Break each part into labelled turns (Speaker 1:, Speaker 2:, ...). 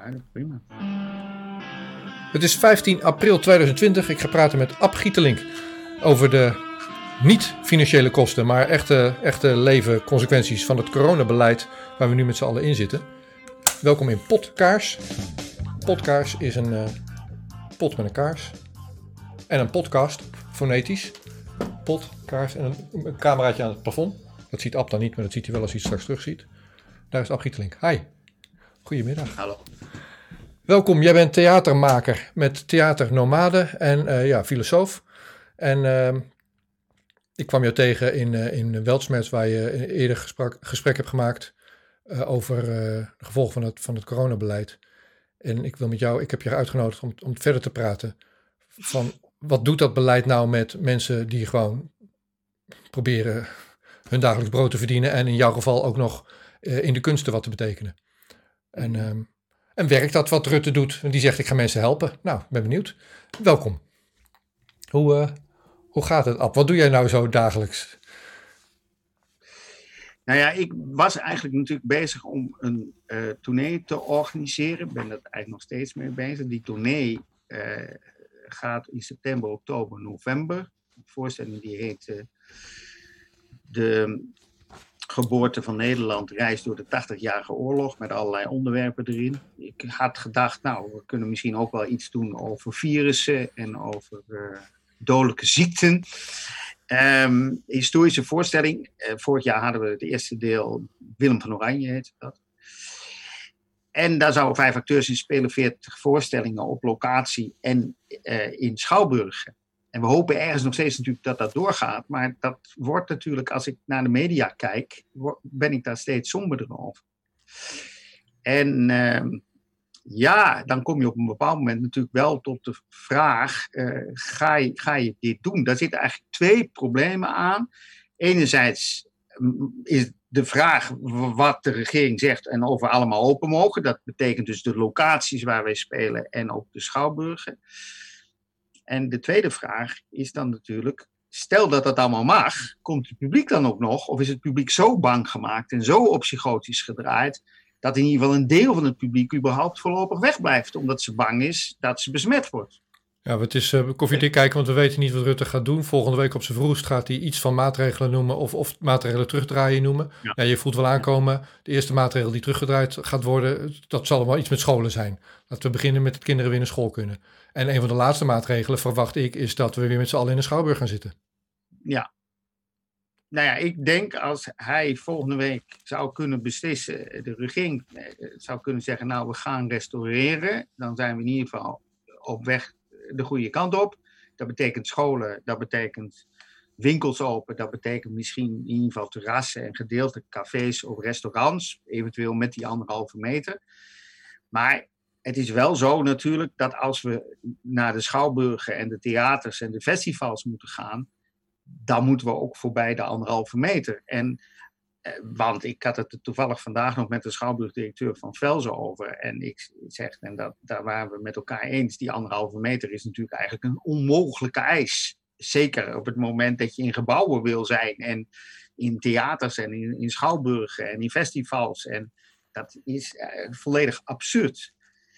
Speaker 1: Ja, prima.
Speaker 2: Het is 15 april 2020. Ik ga praten met Ab Gietelink over de niet-financiële kosten, maar echte levenconsequenties van het coronabeleid waar we nu met z'n allen in zitten. Welkom in Potkaars. Potkaars is een pot met een kaars. En een podcast, fonetisch. Potkaars en een cameraatje aan het plafond. Dat ziet Ab dan niet, maar dat ziet hij wel als hij het straks terugziet. Daar is Ab Gietelink. Hi. Goedemiddag.
Speaker 1: Hallo.
Speaker 2: Welkom, jij bent theatermaker met Theater Nomade en filosoof. En ik kwam jou tegen in Weltsmerts, waar je eerder gesprek hebt gemaakt over de gevolgen van het coronabeleid. En ik heb je uitgenodigd om verder te praten van wat doet dat beleid nou met mensen die gewoon proberen hun dagelijks brood te verdienen en in jouw geval ook nog in de kunsten wat te betekenen. En werkt dat wat Rutte doet? Die zegt ik ga mensen helpen. Nou, ik ben benieuwd. Welkom. Hoe gaat het, Ab? Wat doe jij nou zo dagelijks?
Speaker 1: Nou ja, ik was eigenlijk natuurlijk bezig om een tournee te organiseren. Ik ben er eigenlijk nog steeds mee bezig. Die tournee gaat in september, oktober, november. De voorstelling die heet De geboorte van Nederland, reis door de 80-jarige oorlog met allerlei onderwerpen erin. Ik had gedacht, we kunnen misschien ook wel iets doen over virussen en over dodelijke ziekten. Historische voorstelling. Vorig jaar hadden we het eerste deel, Willem van Oranje heet dat. En daar zouden 5 acteurs in spelen, 40 voorstellingen op locatie en in Schouwburgen. En we hopen ergens nog steeds natuurlijk dat dat doorgaat. Maar dat wordt natuurlijk, als ik naar de media kijk, ben ik daar steeds somberder over. En dan kom je op een bepaald moment natuurlijk wel tot de vraag, ga je dit doen? Daar zitten eigenlijk 2 problemen aan. Enerzijds is de vraag wat de regering zegt en of we allemaal open mogen. Dat betekent dus de locaties waar wij spelen en ook de schouwburgen. En de tweede vraag is dan natuurlijk, stel dat dat allemaal mag, komt het publiek dan ook nog? Of is het publiek zo bang gemaakt en zo op psychotisch gedraaid, dat in ieder geval een deel van het publiek überhaupt voorlopig wegblijft, omdat ze bang is dat ze besmet wordt?
Speaker 2: Ja, het is koffiedik kijken, want we weten niet wat Rutte gaat doen. Volgende week op zijn vroegst gaat hij iets van maatregelen noemen of maatregelen terugdraaien noemen. Ja, je voelt wel aankomen, de eerste maatregel die teruggedraaid gaat worden, dat zal wel iets met scholen zijn. Laten we beginnen met dat kinderen weer naar school kunnen. En een van de laatste maatregelen, verwacht ik, is dat we weer met z'n allen in de Schouwburg gaan zitten.
Speaker 1: Ja. Nou ja, ik denk als hij volgende week zou kunnen beslissen, de regering zou kunnen zeggen, we gaan restaureren, dan zijn we in ieder geval op weg de goede kant op. Dat betekent scholen, dat betekent winkels open, dat betekent misschien in ieder geval terrassen en gedeeltelijk cafés of restaurants, eventueel met die 1,5 meter. Maar het is wel zo natuurlijk dat als we naar de schouwburgen en de theaters en de festivals moeten gaan, dan moeten we ook voorbij de 1,5 meter. Want ik had het toevallig vandaag nog met de schouwburgdirecteur van Velzen over. En ik zeg, en daar waren we met elkaar eens, die 1,5 meter is natuurlijk eigenlijk een onmogelijke eis. Zeker op het moment dat je in gebouwen wil zijn en in theaters en in schouwburgen en in festivals. En dat is volledig absurd.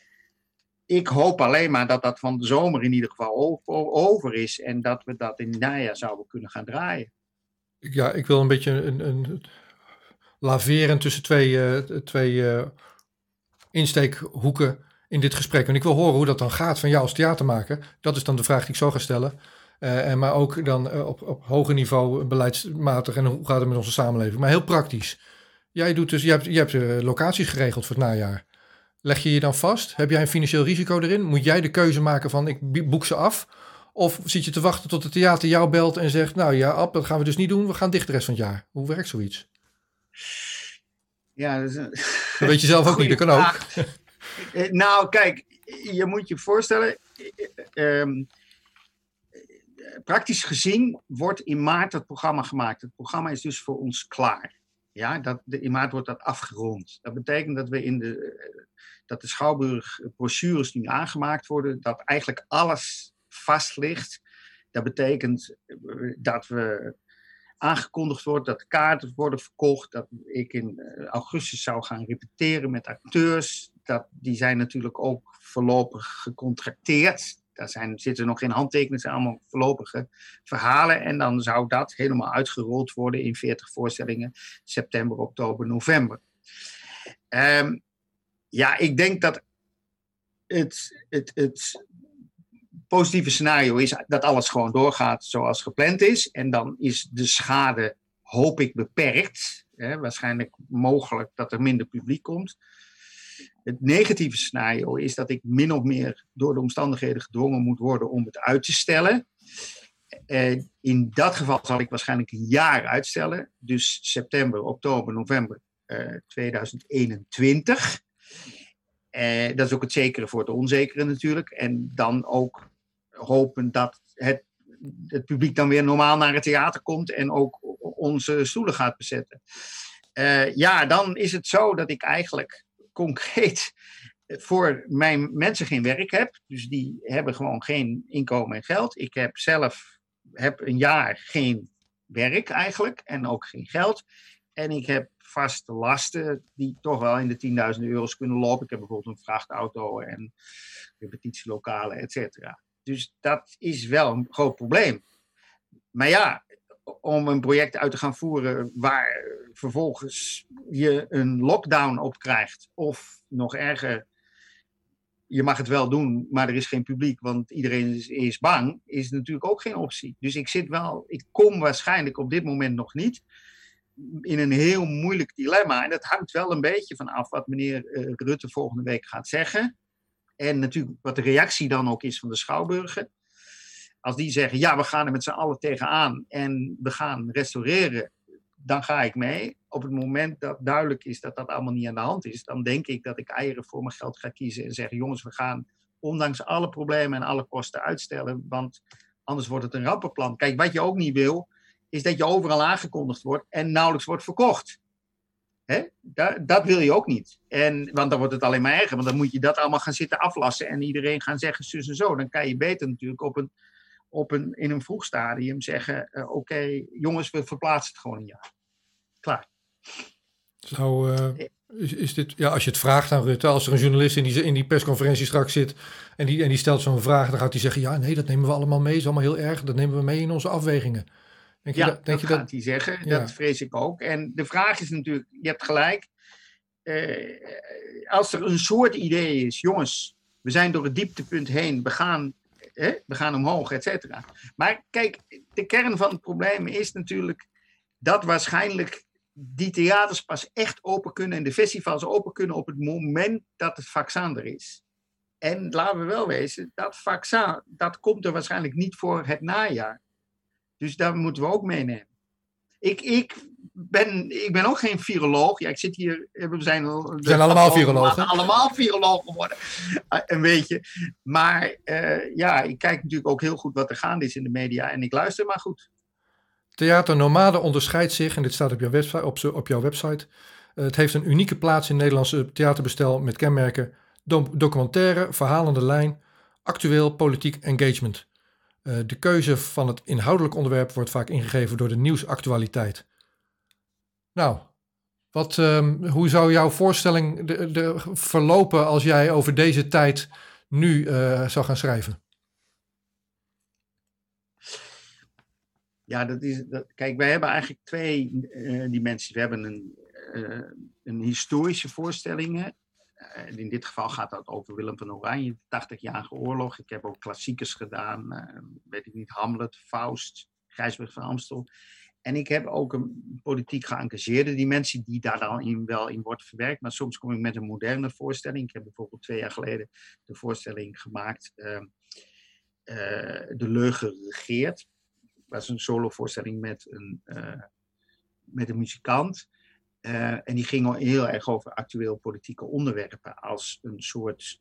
Speaker 1: Ik hoop alleen maar dat dat van de zomer in ieder geval over is en dat we dat in het najaar zouden kunnen gaan draaien.
Speaker 2: Ja, ik wil een beetje een laveren tussen twee insteekhoeken in dit gesprek. En ik wil horen hoe dat dan gaat van jou als theatermaker. Dat is dan de vraag die ik zo ga stellen. Maar ook dan op hoger niveau beleidsmatig en hoe gaat het met onze samenleving. Maar heel praktisch. Jij doet dus, je hebt locaties geregeld voor het najaar. Leg je dan vast? Heb jij een financieel risico erin? Moet jij de keuze maken van ik boek ze af? Of zit je te wachten tot het theater jou belt en zegt, Ab, dat gaan we dus niet doen. We gaan dicht de rest van het jaar. Hoe werkt zoiets?
Speaker 1: Ja,
Speaker 2: dat weet je zelf ook niet, dat kan ook.
Speaker 1: Nou, kijk, je moet je voorstellen, praktisch gezien wordt in maart het programma gemaakt. Het programma is dus voor ons klaar. Ja, in maart wordt dat afgerond. Dat betekent dat dat de Schouwburg-brochures nu aangemaakt worden, dat eigenlijk alles vast ligt. Dat betekent dat we aangekondigd wordt, dat kaarten worden verkocht, dat ik in augustus zou gaan repeteren met acteurs. die zijn natuurlijk ook voorlopig gecontracteerd. Zitten nog geen handtekeningen, zijn allemaal voorlopige verhalen. En dan zou dat helemaal uitgerold worden in 40 voorstellingen, september, oktober, november. Ik denk dat het positieve scenario is dat alles gewoon doorgaat zoals gepland is. En dan is de schade, hoop ik, beperkt. Waarschijnlijk mogelijk dat er minder publiek komt. Het negatieve scenario is dat ik min of meer door de omstandigheden gedwongen moet worden om het uit te stellen. In dat geval zal ik waarschijnlijk een jaar uitstellen. Dus september, oktober, november 2021. Dat is ook het zekere voor het onzekere natuurlijk. En dan ook hopen dat het publiek dan weer normaal naar het theater komt en ook onze stoelen gaat bezetten. Dan is het zo dat ik eigenlijk concreet voor mijn mensen geen werk heb. Dus die hebben gewoon geen inkomen en geld. Ik heb zelf een jaar geen werk eigenlijk en ook geen geld. En ik heb vaste lasten die toch wel in de 10.000 euro's kunnen lopen. Ik heb bijvoorbeeld een vrachtauto en repetitielokalen, et cetera. Dus dat is wel een groot probleem. Maar ja, om een project uit te gaan voeren waar vervolgens je een lockdown op krijgt, of nog erger, je mag het wel doen, maar er is geen publiek, want iedereen is bang, is natuurlijk ook geen optie. Dus ik kom waarschijnlijk op dit moment nog niet in een heel moeilijk dilemma. En dat hangt wel een beetje van af wat meneer Rutte volgende week gaat zeggen. En natuurlijk wat de reactie dan ook is van de schouwburger. Als die zeggen, ja, we gaan er met z'n allen tegenaan en we gaan restaureren, dan ga ik mee. Op het moment dat duidelijk is dat dat allemaal niet aan de hand is, dan denk ik dat ik eieren voor mijn geld ga kiezen en zeggen, jongens, we gaan ondanks alle problemen en alle kosten uitstellen, want anders wordt het een rampenplan. Kijk, wat je ook niet wil, is dat je overal aangekondigd wordt en nauwelijks wordt verkocht. Dat wil je ook niet. Want dan wordt het alleen maar erger, want dan moet je dat allemaal gaan zitten aflassen en iedereen gaan zeggen zus en zo. Dan kan je beter natuurlijk in een vroeg stadium zeggen, oké, jongens, we verplaatsen het gewoon een jaar. Klaar.
Speaker 2: Is dit, ja, als je het vraagt aan Rutte, als er een journalist in die persconferentie straks zit en die stelt zo'n vraag, dan gaat hij zeggen, ja, nee, dat nemen we allemaal mee, is allemaal heel erg, dat nemen we mee in onze afwegingen.
Speaker 1: Dat gaat hij zeggen, ja. Dat vrees ik ook. En de vraag is natuurlijk, je hebt gelijk, als er een soort idee is, jongens, we zijn door het dieptepunt heen, we gaan omhoog, et cetera. Maar kijk, de kern van het probleem is natuurlijk dat waarschijnlijk die theaters pas echt open kunnen en de festivals open kunnen op het moment dat het vaccin er is. En laten we wel wezen, dat vaccin, dat komt er waarschijnlijk niet voor het najaar. Dus daar moeten we ook meenemen. Ik ben ook geen viroloog. Ja, ik zit hier. We zijn
Speaker 2: allemaal virologen.
Speaker 1: Allemaal virologen geworden. Een beetje. Maar ik kijk natuurlijk ook heel goed wat er gaande is in de media. En ik luister maar goed.
Speaker 2: Theater Nomade onderscheidt zich, en dit staat op jouw website. Het heeft een unieke plaats in Nederlandse theaterbestel met kenmerken documentaire, verhalende lijn, actueel, politiek engagement. De keuze van het inhoudelijk onderwerp wordt vaak ingegeven door de nieuwsactualiteit. Nou, hoe zou jouw voorstelling verlopen als jij over deze tijd nu zou gaan schrijven?
Speaker 1: Ja, kijk, wij hebben eigenlijk twee dimensies. We hebben een historische voorstellingen. In dit geval gaat dat over Willem van Oranje, de 80-jarige oorlog. Ik heb ook klassiekers gedaan, weet ik niet, Hamlet, Faust, Gijsbert van Amstel. En ik heb ook een politiek geëngageerde dimensie die daar dan wel in wordt verwerkt. Maar soms kom ik met een moderne voorstelling. Ik heb bijvoorbeeld 2 jaar geleden de voorstelling gemaakt, De Leugen regeert. Dat was een solovoorstelling met een muzikant. En die ging heel erg over actueel politieke onderwerpen als een soort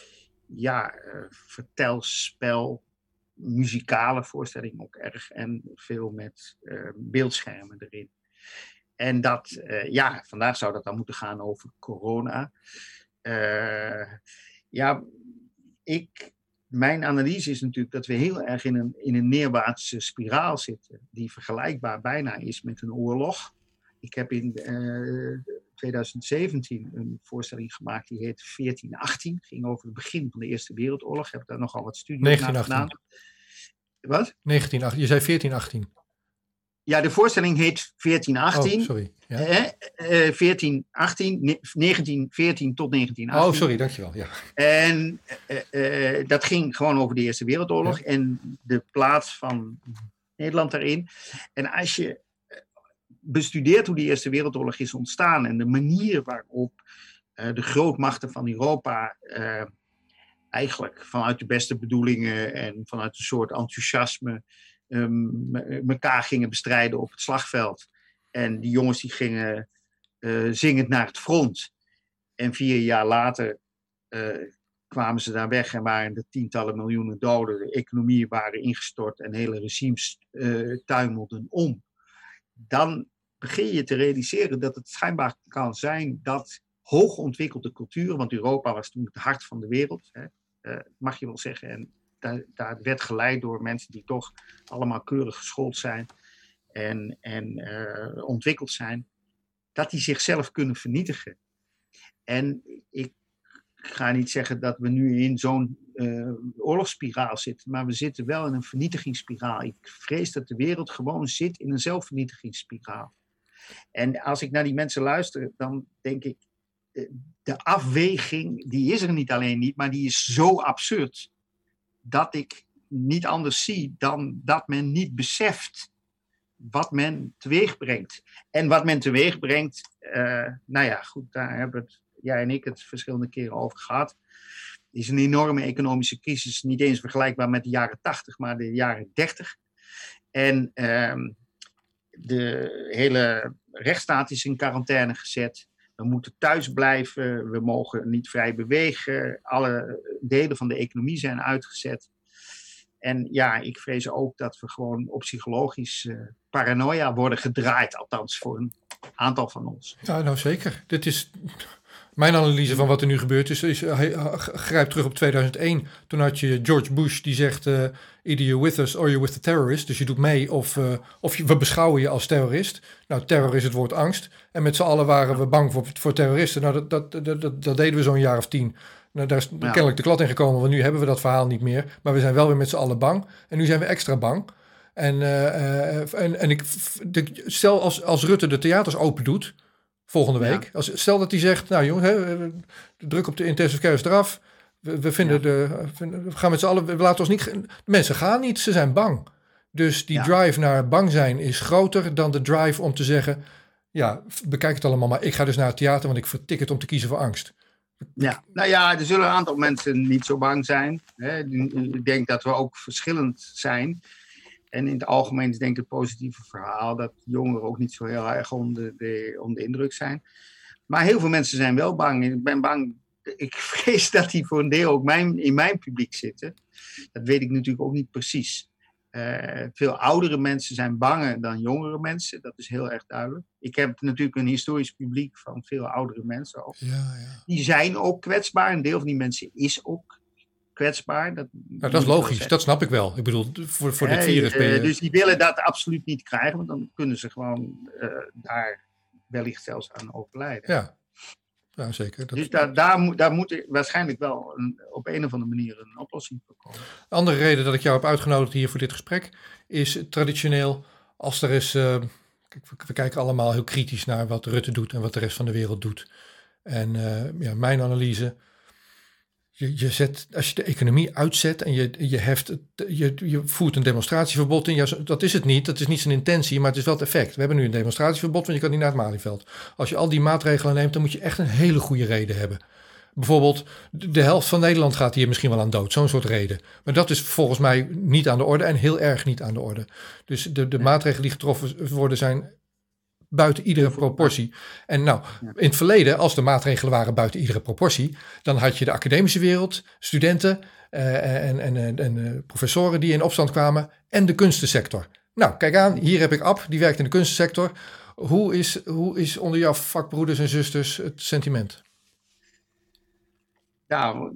Speaker 1: vertelspel, muzikale voorstelling ook erg en veel met beeldschermen erin. En vandaag zou dat dan moeten gaan over corona. Mijn analyse is natuurlijk dat we heel erg in een neerwaartse spiraal zitten, die vergelijkbaar bijna is met een oorlog. Ik heb in 2017 een voorstelling gemaakt die heet 1418. Ging over het begin van de Eerste Wereldoorlog. Ik heb daar nogal wat studies naar gedaan. Wat?
Speaker 2: 1918. Je zei 1418.
Speaker 1: Ja, de voorstelling heet 1418.
Speaker 2: Oh, sorry. Ja.
Speaker 1: 1914 tot 1918.
Speaker 2: Oh, sorry, dankjewel. Ja.
Speaker 1: En dat ging gewoon over de Eerste Wereldoorlog en de plaats van Nederland daarin. En als je bestudeert hoe die Eerste Wereldoorlog is ontstaan en de manier waarop de grootmachten van Europa eigenlijk vanuit de beste bedoelingen en vanuit een soort enthousiasme elkaar gingen bestrijden op het slagveld. En die jongens die gingen zingend naar het front. En 4 jaar later kwamen ze daar weg en waren er tientallen miljoenen doden. De economieën waren ingestort en hele regimes tuimelden om. Dan begin je te realiseren dat het schijnbaar kan zijn dat hoogontwikkelde culturen, want Europa was toen het hart van de wereld, mag je wel zeggen. En daar werd geleid door mensen die toch allemaal keurig geschoold zijn en ontwikkeld zijn, dat die zichzelf kunnen vernietigen. En ik ga niet zeggen dat we nu in zo'n oorlogsspiraal zitten, maar we zitten wel in een vernietigingsspiraal. Ik vrees dat de wereld gewoon zit in een zelfvernietigingsspiraal. En als ik naar die mensen luister, dan denk ik, de afweging, die is er niet alleen niet, maar die is zo absurd dat ik niet anders zie dan dat men niet beseft wat men teweeg brengt. En wat men teweeg brengt, nou ja, goed, daar hebben jij en ik het verschillende keren over gehad. Het is een enorme economische crisis, niet eens vergelijkbaar met de jaren 80, maar de jaren 30. En de hele rechtsstaat is in quarantaine gezet. We moeten thuis blijven, we mogen niet vrij bewegen. Alle delen van de economie zijn uitgezet. En ja, ik vrees ook dat we gewoon op psychologisch paranoia worden gedraaid, althans voor een aantal van ons.
Speaker 2: Ja, nou zeker. Dit is mijn analyse van wat er nu gebeurt. Hij grijpt terug op 2001. Toen had je George Bush die zegt, either you're with us or you're with the terrorist. Dus je doet mee of we beschouwen je als terrorist. Nou, terror is het woord angst. En met z'n allen waren we bang voor terroristen. Nou, dat deden we zo'n jaar of 10. Nou, daar is kennelijk de klad in gekomen, want nu hebben we dat verhaal niet meer. Maar we zijn wel weer met z'n allen bang. En nu zijn we extra bang. En ik stel als Rutte de theaters open doet volgende week. Stel dat hij zegt, nou jongen, druk op de intensive care is eraf. We gaan met z'n allen, we laten ons niet. De mensen gaan niet, ze zijn bang. Dus die drive naar bang zijn is groter dan de drive om te zeggen, ja, bekijk het allemaal, maar ik ga dus naar het theater, want ik vertik het om te kiezen voor angst.
Speaker 1: Ja, nou ja, er zullen een aantal mensen niet zo bang zijn. Ik denk dat we ook verschillend zijn. En in het algemeen is denk ik het positieve verhaal dat jongeren ook niet zo heel erg onder de indruk zijn. Maar heel veel mensen zijn wel bang. Ik ben bang, ik vrees dat die voor een deel ook in mijn publiek zitten. Dat weet ik natuurlijk ook niet precies. Veel oudere mensen zijn banger dan jongere mensen. Dat is heel erg duidelijk. Ik heb natuurlijk een historisch publiek van veel oudere mensen ook.
Speaker 2: Ja.
Speaker 1: Die zijn ook kwetsbaar. Een deel van die mensen is ook kwetsbaar.
Speaker 2: Dat is logisch, dat snap ik wel. Ik bedoel, voor dit virus ben je...
Speaker 1: Dus die willen dat absoluut niet krijgen, want dan kunnen ze gewoon daar wellicht zelfs aan overlijden.
Speaker 2: Ja, zeker.
Speaker 1: Dus daar moet waarschijnlijk wel op een of andere manier een oplossing voor komen.
Speaker 2: De andere reden dat ik jou heb uitgenodigd hier voor dit gesprek is traditioneel, als er is... we kijken allemaal heel kritisch naar wat Rutte doet en wat de rest van de wereld doet. En mijn analyse... Als je de economie uitzet en je voert een demonstratieverbod in, dat is het niet, dat is niet zijn intentie, maar het is wel het effect. We hebben nu een demonstratieverbod, want je kan niet naar het Malieveld. Als je al die maatregelen neemt, dan moet je echt een hele goede reden hebben. Bijvoorbeeld, de helft van Nederland gaat hier misschien wel aan dood, zo'n soort reden. Maar dat is volgens mij niet aan de orde en heel erg niet aan de orde. Dus de maatregelen die getroffen worden zijn buiten iedere proportie. En nou, in het verleden, als de maatregelen waren buiten iedere proportie, dan had je de academische wereld, studenten en professoren die in opstand kwamen en de kunstensector. Nou, kijk aan, hier heb ik Ab, die werkt in de kunstensector. Hoe is onder jouw vakbroeders en zusters het sentiment?
Speaker 1: Nou,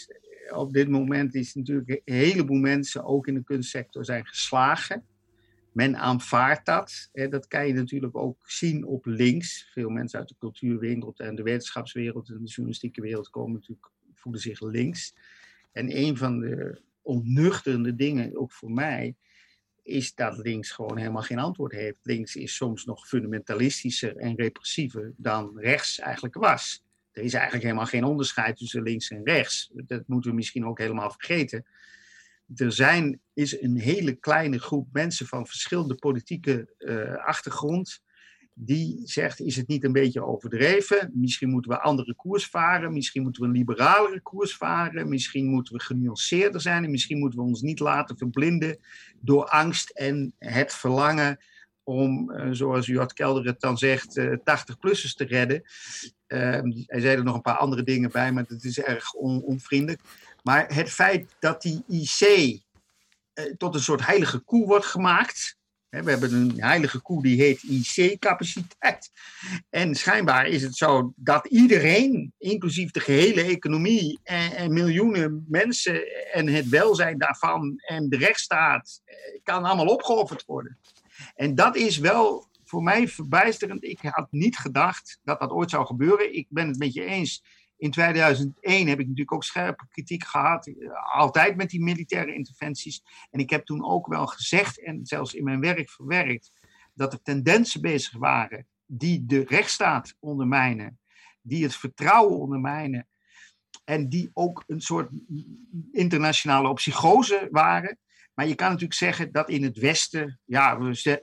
Speaker 1: op dit moment is natuurlijk een heleboel mensen, ook in de kunstsector, zijn geslagen. Men aanvaardt dat. Dat kan je natuurlijk ook zien op links. Veel mensen uit de cultuurwereld en de wetenschapswereld en de journalistieke wereld voelen zich links. En een van de onnuchterende dingen, ook voor mij, is dat links gewoon helemaal geen antwoord heeft. Links is soms nog fundamentalistischer en repressiever dan rechts eigenlijk was. Er is eigenlijk helemaal geen onderscheid tussen links en rechts. Dat moeten we misschien ook helemaal vergeten. Is een hele kleine groep mensen van verschillende politieke achtergrond die zegt, is het niet een beetje overdreven? Misschien moeten we andere koers varen, misschien moeten we een liberalere koers varen, misschien moeten we genuanceerder zijn en misschien moeten we ons niet laten verblinden door angst en het verlangen om, zoals Jort Kelder het dan zegt, 80-plussers te redden. Hij zei er nog een paar andere dingen bij, maar dat is erg onvriendelijk. Maar het feit dat die IC tot een soort heilige koe wordt gemaakt. We hebben een heilige koe die heet IC-capaciteit. En schijnbaar is het zo dat iedereen, inclusief de gehele economie en miljoenen mensen en het welzijn daarvan en de rechtsstaat, kan allemaal opgeofferd worden. En dat is wel voor mij verbijsterend. Ik had niet gedacht dat dat ooit zou gebeuren. Ik ben het met je eens. In 2001 heb ik natuurlijk ook scherpe kritiek gehad. Altijd met die militaire interventies. En ik heb toen ook wel gezegd, en zelfs in mijn werk verwerkt, dat er tendensen bezig waren die de rechtsstaat ondermijnen. Die het vertrouwen ondermijnen. En die ook een soort internationale psychose waren. Maar je kan natuurlijk zeggen dat in het Westen, ja,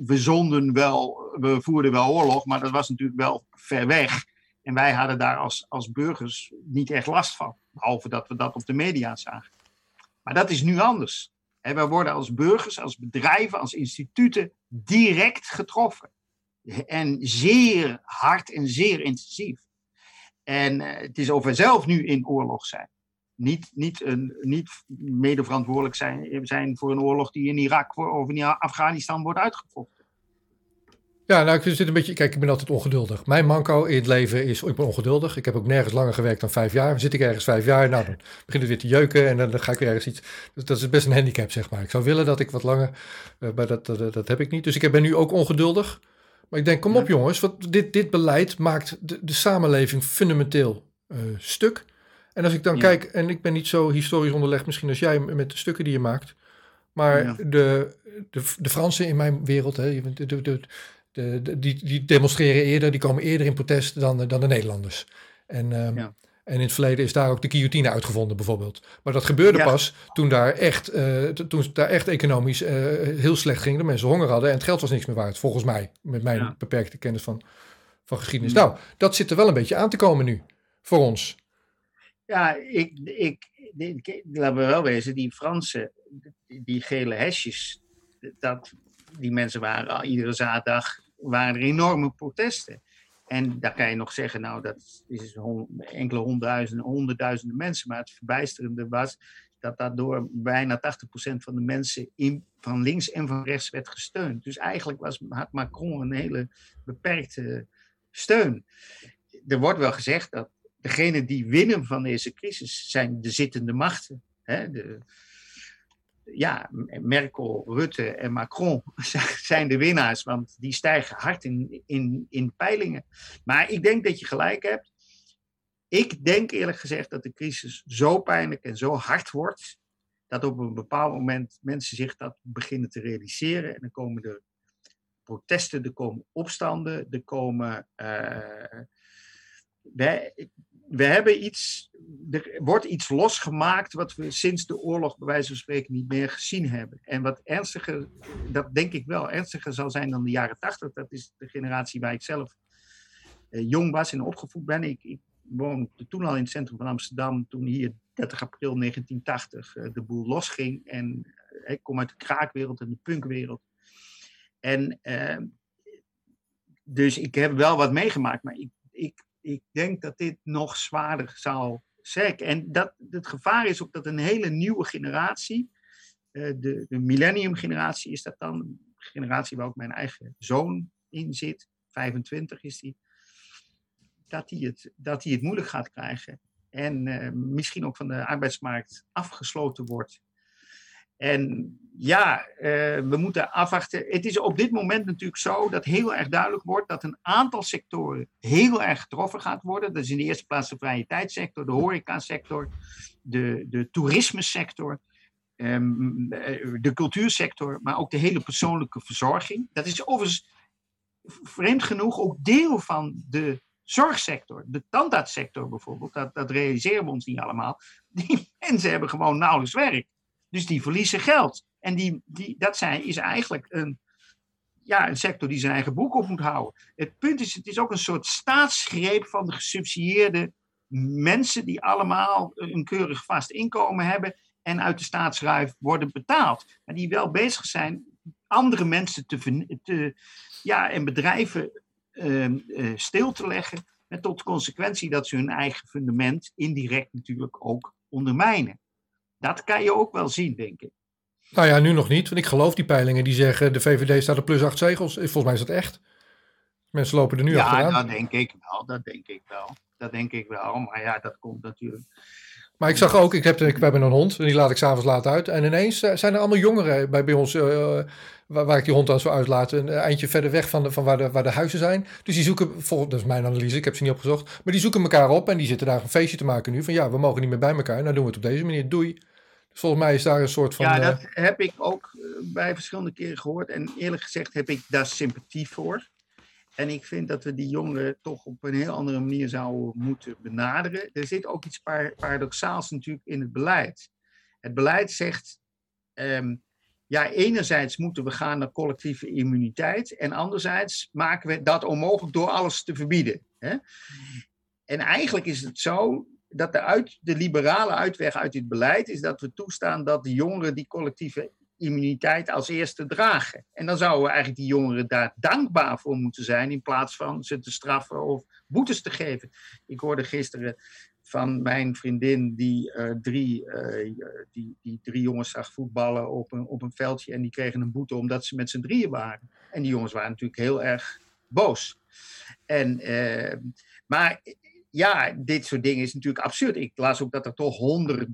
Speaker 1: we voerden wel oorlog, maar dat was natuurlijk wel ver weg. En wij hadden daar als burgers niet echt last van. Behalve dat we dat op de media zagen. Maar dat is nu anders. En wij worden als burgers, als bedrijven, als instituten direct getroffen. En zeer hard en zeer intensief. En het is of wij zelf nu in oorlog zijn. Niet mede verantwoordelijk zijn voor een oorlog die in Irak of in Afghanistan wordt uitgevochten.
Speaker 2: Ja, nou, ik zit een beetje. Kijk, ik ben altijd ongeduldig. Mijn manco in het leven is, ik ben ongeduldig. Ik heb ook nergens langer gewerkt dan 5 jaar. Zit ik ergens 5 jaar, nou, dan begint het weer te jeuken en dan ga ik weer ergens iets. Dus dat is best een handicap, zeg maar. Ik zou willen dat ik wat langer, maar dat heb ik niet. Dus ik ben nu ook ongeduldig. Maar ik denk, kom op jongens, want dit beleid maakt de samenleving fundamenteel stuk. En als ik dan kijk, en ik ben niet zo historisch onderlegd misschien als jij met de stukken die je maakt. Maar de Fransen in mijn wereld, hè, die demonstreren eerder, die komen eerder in protest dan de Nederlanders. En in het verleden is daar ook de guillotine uitgevonden bijvoorbeeld. Maar dat gebeurde pas toen daar echt economisch heel slecht ging. De mensen honger hadden en het geld was niks meer waard, volgens mij. Met mijn beperkte kennis van geschiedenis. Nou, dat zit er wel een beetje aan te komen nu, voor ons.
Speaker 1: Ja, laten we wel wezen, die Fransen, die gele hesjes, die mensen waren iedere zaterdag waren er enorme protesten. En daar kan je nog zeggen, nou, dat is enkele honderdduizenden mensen. Maar het verbijsterende was dat daardoor bijna 80% van de mensen van links en van rechts werd gesteund. Dus eigenlijk had Macron een hele beperkte steun. Er wordt wel gezegd dat degenen die winnen van deze crisis zijn de zittende machten. Hè? Merkel, Rutte en Macron zijn de winnaars, want die stijgen hard in peilingen. Maar ik denk dat je gelijk hebt. Ik denk eerlijk gezegd dat de crisis zo pijnlijk en zo hard wordt, dat op een bepaald moment mensen zich dat beginnen te realiseren. En dan komen er protesten, er komen opstanden, er komen... Er wordt iets losgemaakt wat we sinds de oorlog bij wijze van spreken niet meer gezien hebben. En wat ernstiger, dat denk ik wel, ernstiger zal zijn dan de jaren 80. Dat is de generatie waar ik zelf jong was en opgevoed ben. Ik woonde toen al in het centrum van Amsterdam, toen hier 30 april 1980 de boel losging. En ik kom uit de kraakwereld en de punkwereld. En dus ik heb wel wat meegemaakt, maar ik denk dat dit nog zwaarder zal zijn. En het gevaar is ook dat een hele nieuwe generatie, de millennium generatie is dat dan, een generatie waar ook mijn eigen zoon in zit, 25 is die, dat hij het moeilijk gaat krijgen. En misschien ook van de arbeidsmarkt afgesloten wordt. En ja, we moeten afwachten. Het is op dit moment natuurlijk zo dat heel erg duidelijk wordt dat een aantal sectoren heel erg getroffen gaat worden. Dat is in de eerste plaats de vrije tijdsector, de horecasector, de toerismesector, de cultuursector, maar ook de hele persoonlijke verzorging. Dat is overigens vreemd genoeg ook deel van de zorgsector, de tandartssector bijvoorbeeld. Dat realiseren we ons niet allemaal. Die mensen hebben gewoon nauwelijks werk. Dus die verliezen geld. En dat is eigenlijk een sector die zijn eigen broek op moet houden. Het punt is, het is ook een soort staatsgreep van de gesubsidieerde mensen die allemaal een keurig vast inkomen hebben en uit de staatsruif worden betaald. Maar die wel bezig zijn andere mensen en bedrijven stil te leggen. Met tot consequentie dat ze hun eigen fundament indirect natuurlijk ook ondermijnen. Dat kan je ook wel zien, denk ik.
Speaker 2: Nou ja, nu nog niet. Want ik geloof die peilingen die zeggen de VVD staat op plus 8 zetels. Volgens mij is dat echt. Mensen lopen er nu achteraan.
Speaker 1: Ja, dat denk ik wel. Maar ja, dat komt natuurlijk.
Speaker 2: Maar ik zag ook, we hebben een hond en die laat ik 's avonds laat uit. En ineens zijn er allemaal jongeren bij ons, waar ik die hond dan zo uitlaat. Een eindje verder weg van waar de huizen zijn. Dus die zoeken, dat is mijn analyse, ik heb ze niet opgezocht. Maar die zoeken elkaar op en die zitten daar een feestje te maken nu. Van ja, we mogen niet meer bij elkaar. Nou doen we het op deze manier, doei. Dus volgens mij is daar een soort van...
Speaker 1: Ja, dat heb ik ook bij verschillende keren gehoord. En eerlijk gezegd heb ik daar sympathie voor. En ik vind dat we die jongeren toch op een heel andere manier zouden moeten benaderen. Er zit ook iets paradoxaals natuurlijk in het beleid. Het beleid zegt, enerzijds moeten we gaan naar collectieve immuniteit. En anderzijds maken we dat onmogelijk door alles te verbieden. Hè? En eigenlijk is het zo dat de liberale uitweg uit dit beleid is dat we toestaan dat de jongeren die collectieve immuniteit als eerste dragen. En dan zouden we eigenlijk die jongeren daar dankbaar voor moeten zijn in plaats van ze te straffen of boetes te geven. Ik hoorde gisteren van mijn vriendin die drie jongens zag voetballen op een veldje en die kregen een boete omdat ze met z'n drieën waren. En die jongens waren natuurlijk heel erg boos. Maar ja, dit soort dingen is natuurlijk absurd. Ik las ook dat er toch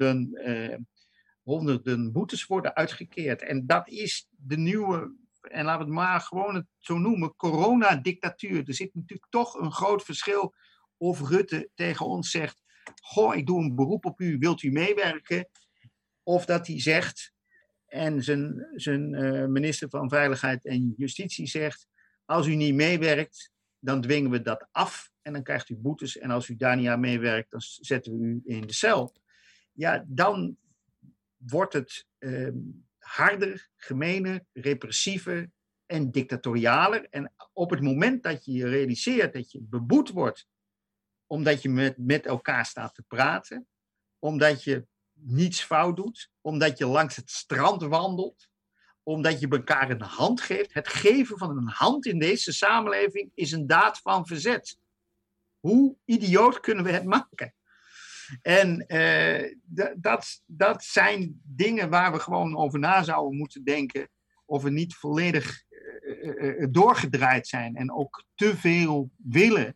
Speaker 1: honderden boetes worden uitgekeerd. En dat is de nieuwe, en laten we het maar gewoon het zo noemen, coronadictatuur. Er zit natuurlijk toch een groot verschil of Rutte tegen ons zegt, goh, ik doe een beroep op u, wilt u meewerken? Of dat hij zegt, en zijn minister van Veiligheid en Justitie zegt, als u niet meewerkt, dan dwingen we dat af en dan krijgt u boetes. En als u daar niet aan meewerkt, dan zetten we u in de cel. Ja, dan wordt het harder, gemener, repressiever en dictatorialer. En op het moment dat je realiseert dat je beboet wordt, omdat je met elkaar staat te praten, omdat je niets fout doet, omdat je langs het strand wandelt, omdat je elkaar een hand geeft. Het geven van een hand in deze samenleving is een daad van verzet. Hoe idioot kunnen we het maken? En dat zijn dingen waar we gewoon over na zouden moeten denken. Of we niet volledig doorgedraaid zijn en ook te veel willen.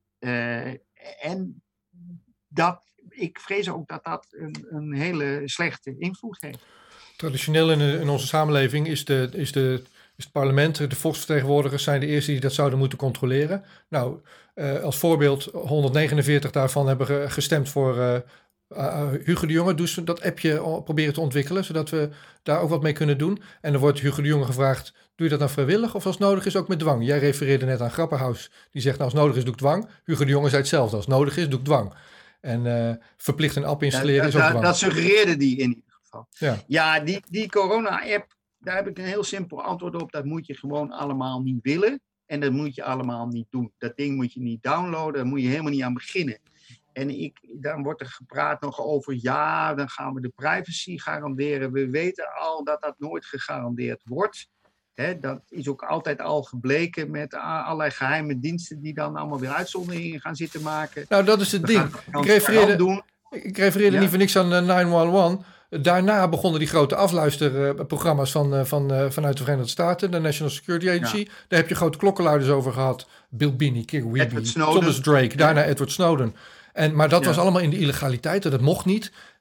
Speaker 1: En ik vrees ook dat dat een hele slechte invloed heeft.
Speaker 2: Traditioneel in onze samenleving is het parlement, de volksvertegenwoordigers zijn de eerste die dat zouden moeten controleren. Nou, als voorbeeld 149 daarvan hebben gestemd voor Hugo de Jonge. Dus dat appje proberen te ontwikkelen, zodat we daar ook wat mee kunnen doen. En dan wordt Hugo de Jonge gevraagd, doe je dat nou vrijwillig of als nodig is ook met dwang? Jij refereerde net aan Grapperhaus, die zegt nou als nodig is doe ik dwang. Hugo de Jonge zei hetzelfde, als nodig is doe ik dwang. En verplicht een app installeren is ook dwang.
Speaker 1: Dat suggereerde die in ieder geval.
Speaker 2: Ja,
Speaker 1: die corona-app, daar heb ik een heel simpel antwoord op. Dat moet je gewoon allemaal niet willen. En dat moet je allemaal niet doen. Dat ding moet je niet downloaden. Daar moet je helemaal niet aan beginnen. En dan wordt er gepraat nog over, ja, dan gaan we de privacy garanderen. We weten al dat dat nooit gegarandeerd wordt. Dat is ook altijd al gebleken met allerlei geheime diensten die dan allemaal weer uitzonderingen gaan zitten maken.
Speaker 2: Nou, dat is het ding. Ik refereerde niet voor niks aan 911. Daarna begonnen die grote afluisterprogramma's vanuit de Verenigde Staten, de National Security Agency. Ja. Daar heb je grote klokkenluiders over gehad. Bill Binney, Kig Weeby, Thomas Drake, daarna Edward Snowden. Maar dat was allemaal in de illegaliteit, dat mocht niet.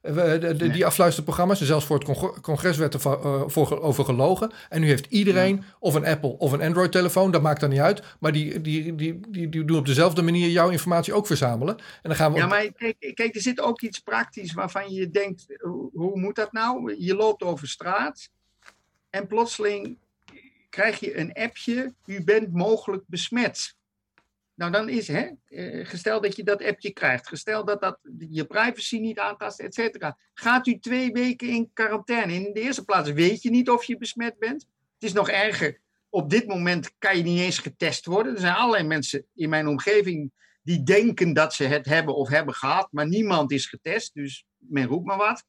Speaker 2: Die afluisterprogramma's. En zelfs voor het congres werd er over gelogen. En nu heeft iedereen of een Apple of een Android-telefoon. Dat maakt dan niet uit. Maar die doen op dezelfde manier jouw informatie ook verzamelen. En dan gaan we
Speaker 1: ja, maar kijk, er zit ook iets praktisch waarvan je denkt, hoe moet dat nou? Je loopt over straat en plotseling krijg je een appje, u bent mogelijk besmet. Nou, dan is, gesteld dat je dat appje krijgt, gesteld dat je privacy niet aantast, et cetera. Gaat u 2 weken in quarantaine? In de eerste plaats weet je niet of je besmet bent. Het is nog erger, op dit moment kan je niet eens getest worden. Er zijn allerlei mensen in mijn omgeving die denken dat ze het hebben of hebben gehad, maar niemand is getest, dus men roept maar wat.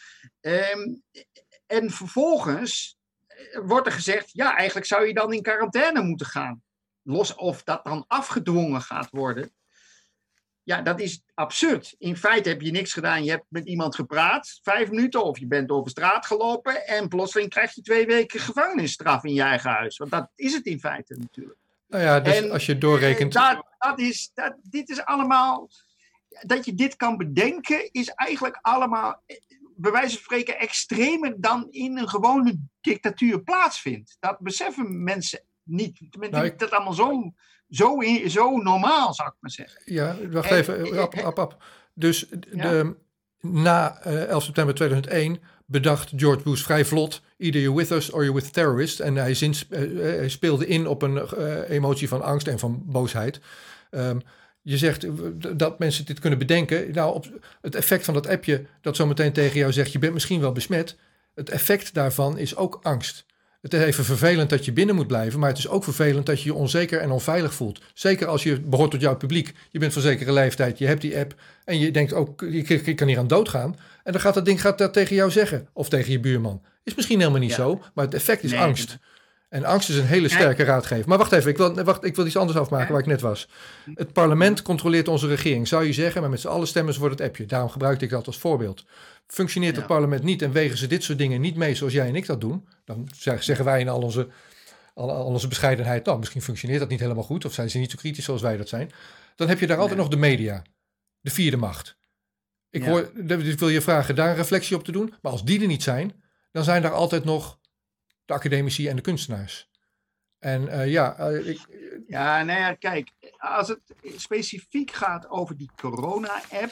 Speaker 1: En vervolgens wordt er gezegd, ja, eigenlijk zou je dan in quarantaine moeten gaan. Los of dat dan afgedwongen gaat worden. Ja, dat is absurd. In feite heb je niks gedaan. Je hebt met iemand gepraat, 5 minuten, of je bent over straat gelopen en plotseling krijg je 2 weken gevangenisstraf in je eigen huis. Want dat is het in feite natuurlijk.
Speaker 2: Nou ja, dus en, als je doorrekent...
Speaker 1: dit is allemaal... Dat je dit kan bedenken is eigenlijk allemaal, bij wijze van spreken, extremer dan in een gewone dictatuur plaatsvindt. Dat beseffen mensen niet. Dat is allemaal zo normaal, zou ik maar zeggen.
Speaker 2: Ja, wacht even. Dus na 11 september 2001 bedacht George Bush vrij vlot, either you're with us or you're with terrorists. En hij speelde in op een emotie van angst en van boosheid. Je zegt dat mensen dit kunnen bedenken. Nou, het effect van dat appje dat zometeen tegen jou zegt, je bent misschien wel besmet. Het effect daarvan is ook angst. Het is even vervelend dat je binnen moet blijven, maar het is ook vervelend dat je je onzeker en onveilig voelt. Zeker als je behoort tot jouw publiek. Je bent van zekere leeftijd, je hebt die app en je denkt ook, je kan hier aan doodgaan. En dan gaat dat ding dat tegen jou zeggen, of tegen je buurman. Is misschien helemaal niet zo, maar het effect is angst. En angst is een hele sterke raadgever. Maar wacht even, ik wil iets anders afmaken waar ik net was. Het parlement controleert onze regering, zou je zeggen, maar met z'n allen stemmen ze voor het appje. Daarom gebruikte ik dat als voorbeeld. Functioneert het parlement niet en wegen ze dit soort dingen niet mee zoals jij en ik dat doen, dan zeggen wij in al onze bescheidenheid, nou, misschien functioneert dat niet helemaal goed, of zijn ze niet zo kritisch zoals wij dat zijn. Dan heb je daar altijd nog de media, de vierde macht. Ik wil je vragen daar een reflectie op te doen, maar als die er niet zijn, dan zijn daar altijd nog de academici en de kunstenaars. En
Speaker 1: kijk, als het specifiek gaat over die corona-app,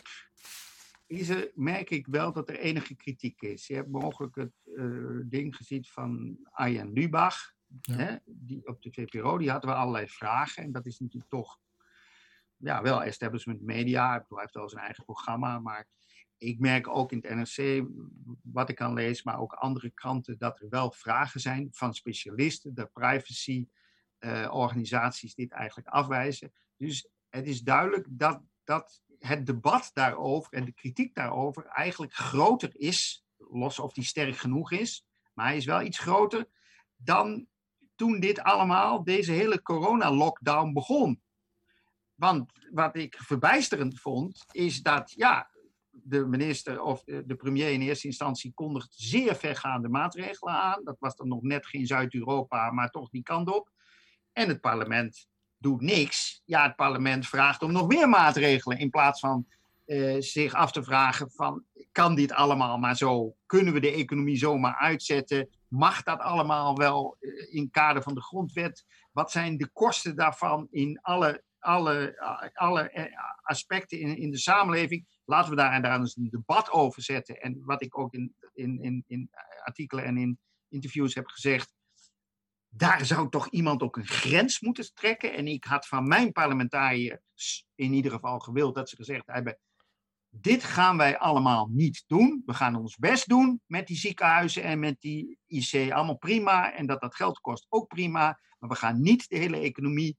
Speaker 1: merk ik wel dat er enige kritiek is. Je hebt mogelijk het ding gezien van Arjen Lubach, die op de VPRO, die hadden we allerlei vragen. En dat is natuurlijk toch wel establishment media. Hij heeft wel zijn eigen programma, maar ik merk ook in het NRC, wat ik kan lezen, maar ook andere kranten, dat er wel vragen zijn van specialisten, de privacy-organisaties dit eigenlijk afwijzen. Dus het is duidelijk dat het debat daarover en de kritiek daarover eigenlijk groter is, los of die sterk genoeg is, maar hij is wel iets groter dan toen deze hele corona-lockdown begon. Want wat ik verbijsterend vond, is dat de minister of de premier in eerste instantie kondigt zeer vergaande maatregelen aan. Dat was dan nog net geen Zuid-Europa, maar toch die kant op. En het parlement doet niks. Ja, het parlement vraagt om nog meer maatregelen in plaats van zich af te vragen van, kan dit allemaal maar zo? Kunnen we de economie zomaar uitzetten? Mag dat allemaal wel in het kader van de grondwet? Wat zijn de kosten daarvan in alle aspecten in de samenleving? Laten we daar eens een debat over zetten. En wat ik ook in artikelen en in interviews heb gezegd, daar zou toch iemand ook een grens moeten trekken. En ik had van mijn parlementariërs in ieder geval gewild dat ze gezegd hebben, dit gaan wij allemaal niet doen. We gaan ons best doen met die ziekenhuizen en met die IC. Allemaal prima. En dat geld kost ook prima. Maar we gaan niet de hele economie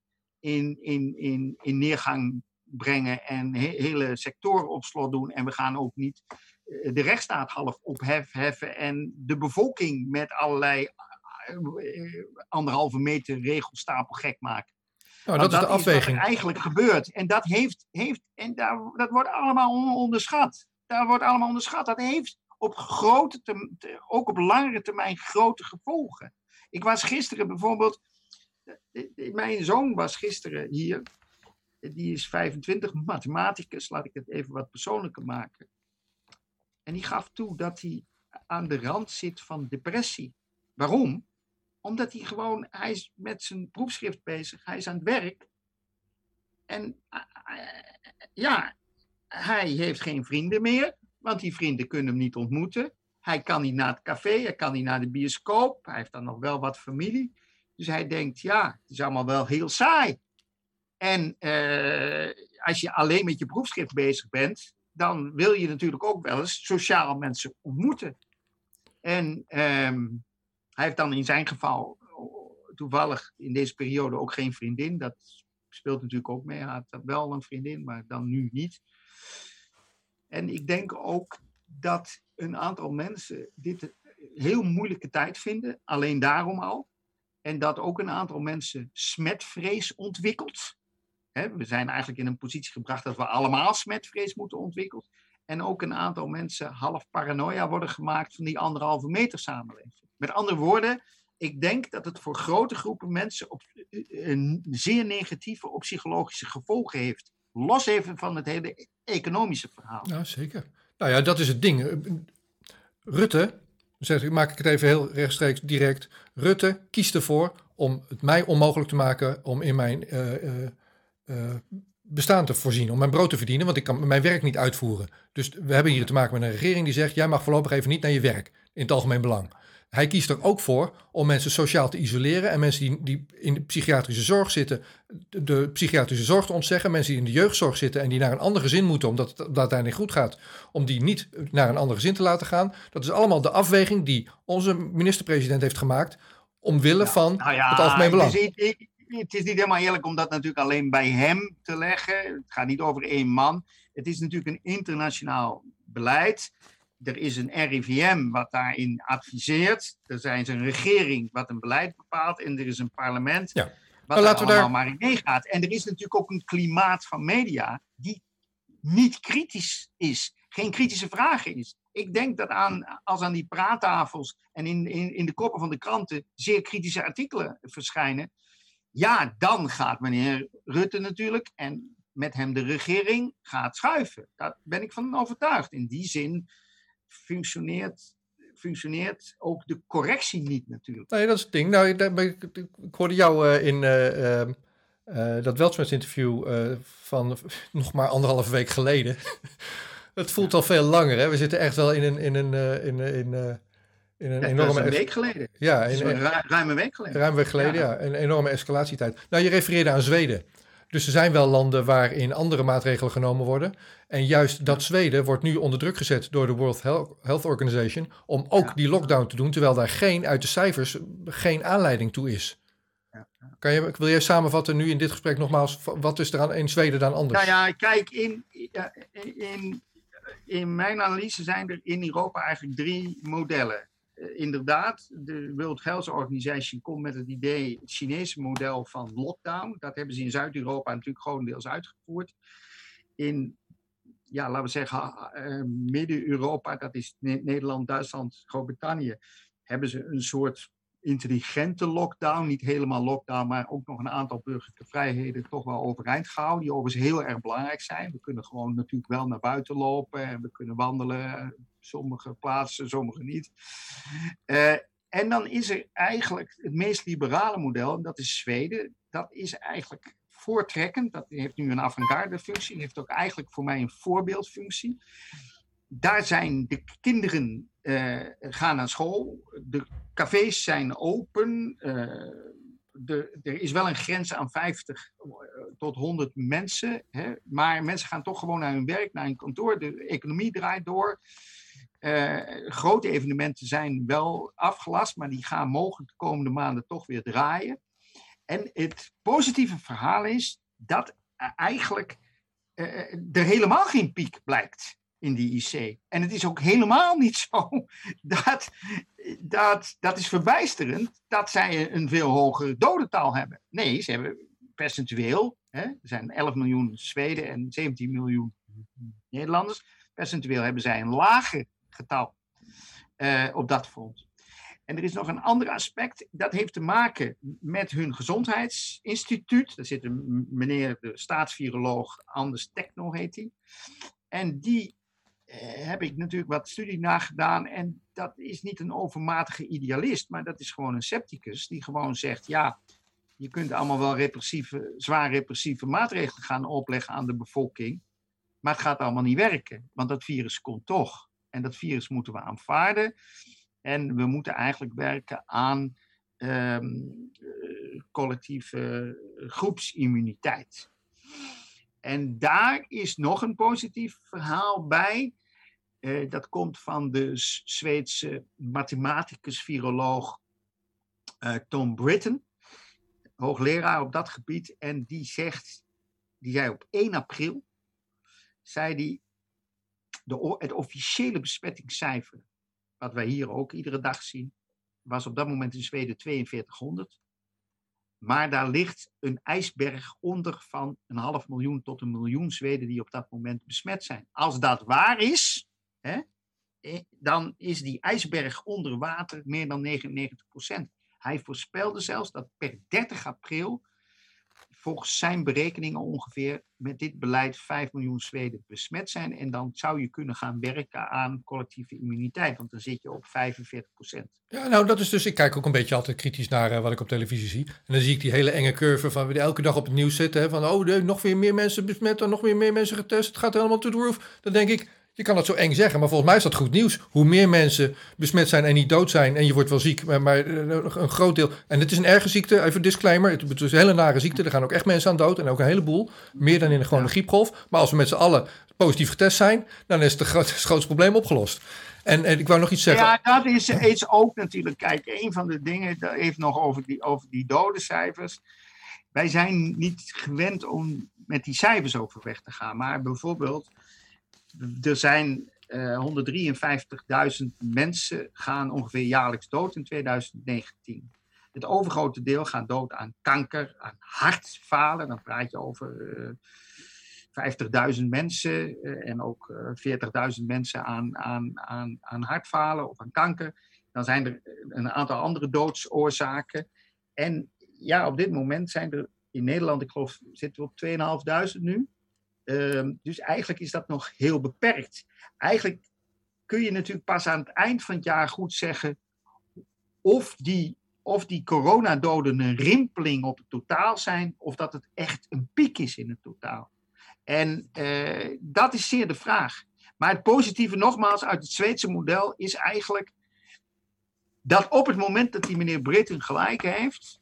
Speaker 1: in neergang brengen en hele sectoren op slot doen. En we gaan ook niet de rechtsstaat half opheffen en de bevolking met allerlei 1,5 meter regelstapel gek maken.
Speaker 2: Nou, dat is de afweging.
Speaker 1: Is wat er eigenlijk gebeurt. En dat dat wordt allemaal onderschat. Dat heeft ook op langere termijn grote gevolgen. Ik was gisteren bijvoorbeeld, mijn zoon was gisteren hier, die is 25, mathematicus, laat ik het even wat persoonlijker maken. En die gaf toe dat hij aan de rand zit van depressie. Waarom? Omdat hij is met zijn proefschrift bezig, hij is aan het werk. En ja, hij heeft geen vrienden meer, want die vrienden kunnen hem niet ontmoeten. Hij kan niet naar het café, hij kan niet naar de bioscoop, hij heeft dan nog wel wat familie. Dus hij denkt, ja, het is allemaal wel heel saai. En als je alleen met je proefschrift bezig bent, dan wil je natuurlijk ook wel eens sociaal mensen ontmoeten. En hij heeft dan in zijn geval toevallig in deze periode ook geen vriendin. Dat speelt natuurlijk ook mee. Hij had wel een vriendin, maar dan nu niet. En ik denk ook dat een aantal mensen dit een heel moeilijke tijd vinden. Alleen daarom al. En dat ook een aantal mensen smetvrees ontwikkelt. We zijn eigenlijk in een positie gebracht dat we allemaal smetvrees moeten ontwikkelen. En ook een aantal mensen half paranoia worden gemaakt van die 1,5 meter samenleving. Met andere woorden, ik denk dat het voor grote groepen mensen een zeer negatieve op psychologische gevolgen heeft. Los even van het hele economische verhaal.
Speaker 2: Ja, zeker. Nou ja, dat is het ding. Rutte, maak ik het even heel rechtstreeks direct. Rutte kiest ervoor om het mij onmogelijk te maken om in mijn bestaan te voorzien, om mijn brood te verdienen, want ik kan mijn werk niet uitvoeren. Dus we hebben hier te maken met een regering die zegt, jij mag voorlopig even niet naar je werk, in het algemeen belang. Hij kiest er ook voor om mensen sociaal te isoleren en mensen die in de psychiatrische zorg zitten, de psychiatrische zorg te ontzeggen, mensen die in de jeugdzorg zitten en die naar een ander gezin moeten, omdat het uiteindelijk goed gaat, om die niet naar een ander gezin te laten gaan. Dat is allemaal de afweging die onze minister-president heeft gemaakt, omwille van het algemeen belang.
Speaker 1: Het is niet helemaal eerlijk om dat natuurlijk alleen bij hem te leggen. Het gaat niet over één man. Het is natuurlijk een internationaal beleid. Er is een RIVM wat daarin adviseert. Er is een regering wat een beleid bepaalt. En er is een parlement wat er allemaal maar in meegaat. En er is natuurlijk ook een klimaat van media die niet kritisch is. Geen kritische vragen is. Ik denk dat als aan die praattafels en in de koppen van de kranten zeer kritische artikelen verschijnen. Ja, dan gaat meneer Rutte natuurlijk en met hem de regering gaat schuiven. Daar ben ik van overtuigd. In die zin functioneert ook de correctie niet natuurlijk.
Speaker 2: Nee, dat is het ding. Nou, ik hoorde jou in dat Weltschmerz-interview van nog maar 1,5 week geleden. Het voelt al veel langer, hè? We zitten echt wel in een enorme...
Speaker 1: Dat is een week geleden.
Speaker 2: Ja,
Speaker 1: ruim een week geleden.
Speaker 2: Ruim een week geleden, ja. Een enorme escalatietijd. Nou, je refereerde aan Zweden. Dus er zijn wel landen waarin andere maatregelen genomen worden. En juist dat Zweden wordt nu onder druk gezet door de World Health Organization om ook die lockdown te doen, terwijl daar uit de cijfers geen aanleiding toe is. Wil jij samenvatten nu in dit gesprek nogmaals, wat is er in Zweden dan anders?
Speaker 1: Nou ja, kijk, in mijn analyse zijn er in Europa eigenlijk 3 modellen. Inderdaad, de World Health Organization komt met het idee, het Chinese model van lockdown. Dat hebben ze in Zuid-Europa natuurlijk grotendeels uitgevoerd. In, laten we zeggen, Midden-Europa, dat is Nederland, Duitsland, Groot-Brittannië, hebben ze een soort intelligente lockdown. Niet helemaal lockdown, maar ook nog een aantal burgerlijke vrijheden toch wel overeind gehouden. Die overigens heel erg belangrijk zijn. We kunnen gewoon natuurlijk wel naar buiten lopen en we kunnen wandelen. Sommige plaatsen, sommige niet. En dan is er eigenlijk het meest liberale model, en dat is Zweden. Dat is eigenlijk voortrekkend. Dat heeft nu een avant-garde functie. Heeft ook eigenlijk voor mij een voorbeeldfunctie. Daar zijn de kinderen gaan naar school. De cafés zijn open. Er is wel een grens aan 50 tot 100 mensen. Hè? Maar mensen gaan toch gewoon naar hun werk, naar hun kantoor. De economie draait door. Grote evenementen zijn wel afgelast, maar die gaan mogelijk de komende maanden toch weer draaien. En het positieve verhaal is dat eigenlijk er helemaal geen piek blijkt in die IC. En het is ook helemaal niet zo dat is verbijsterend dat zij een veel hoger dodental hebben. Nee, ze hebben percentueel, er zijn 11 miljoen Zweden en 17 miljoen Nederlanders. Percentueel hebben zij een lager getal op dat front. En er is nog een ander aspect, dat heeft te maken met hun gezondheidsinstituut. Daar zit een meneer, de staatsviroloog Anders Techno heet hij. En die heb ik natuurlijk wat studie nagedaan. En dat is niet een overmatige idealist, maar dat is gewoon een scepticus die gewoon zegt, ja, je kunt allemaal wel zwaar repressieve maatregelen gaan opleggen aan de bevolking. Maar het gaat allemaal niet werken, want dat virus komt toch. En dat virus moeten we aanvaarden. En we moeten eigenlijk werken aan collectieve groepsimmuniteit. En daar is nog een positief verhaal bij. Dat komt van de Zweedse mathematicus, viroloog Tom Britton, hoogleraar op dat gebied. En die zei op 1 april, zei die, het officiële besmettingscijfer, wat wij hier ook iedere dag zien, was op dat moment in Zweden 4200. Maar daar ligt een ijsberg onder van 500.000 tot 1 miljoen Zweden die op dat moment besmet zijn. Als dat waar is, dan is die ijsberg onder water meer dan 99%. Hij voorspelde zelfs dat per 30 april, volgens zijn berekeningen ongeveer, met dit beleid 5 miljoen Zweden besmet zijn. En dan zou je kunnen gaan werken aan collectieve immuniteit, want dan zit je op 45%.
Speaker 2: Ja, nou dat is dus, ik kijk ook een beetje altijd kritisch naar wat ik op televisie zie. En dan zie ik die hele enge curve van die elke dag op het nieuws zitten. Hè, van nog weer meer mensen besmet en nog weer meer mensen getest. Het gaat helemaal to the roof. Dan denk ik, je kan dat zo eng zeggen, maar volgens mij is dat goed nieuws. Hoe meer mensen besmet zijn en niet dood zijn en je wordt wel ziek, maar een groot deel. En het is een erge ziekte, even disclaimer. Het is een hele nare ziekte, er gaan ook echt mensen aan dood en ook een heleboel. Meer dan in een gewone griepgolf. Maar als we met z'n allen positief getest zijn, dan is het grootste probleem opgelost. En ik wou nog iets zeggen.
Speaker 1: Ja, dat is ook natuurlijk. Kijk, een van de dingen, dat heeft nog over die dodencijfers. Wij zijn niet gewend om met die cijfers overweg te gaan. Maar bijvoorbeeld, er zijn 153.000 mensen gaan ongeveer jaarlijks dood in 2019. Het overgrote deel gaat dood aan kanker, aan hartfalen. Dan praat je over 50.000 mensen en ook 40.000 mensen aan hartfalen of aan kanker. Dan zijn er een aantal andere doodsoorzaken. En ja, op dit moment zijn er in Nederland, ik geloof, zitten we op 2.500 nu. Dus eigenlijk is dat nog heel beperkt. Eigenlijk kun je natuurlijk pas aan het eind van het jaar goed zeggen of die coronadoden een rimpeling op het totaal zijn, of dat het echt een piek is in het totaal. En dat is zeer de vraag. Maar het positieve nogmaals uit het Zweedse model is eigenlijk dat op het moment dat die meneer Britton gelijk heeft,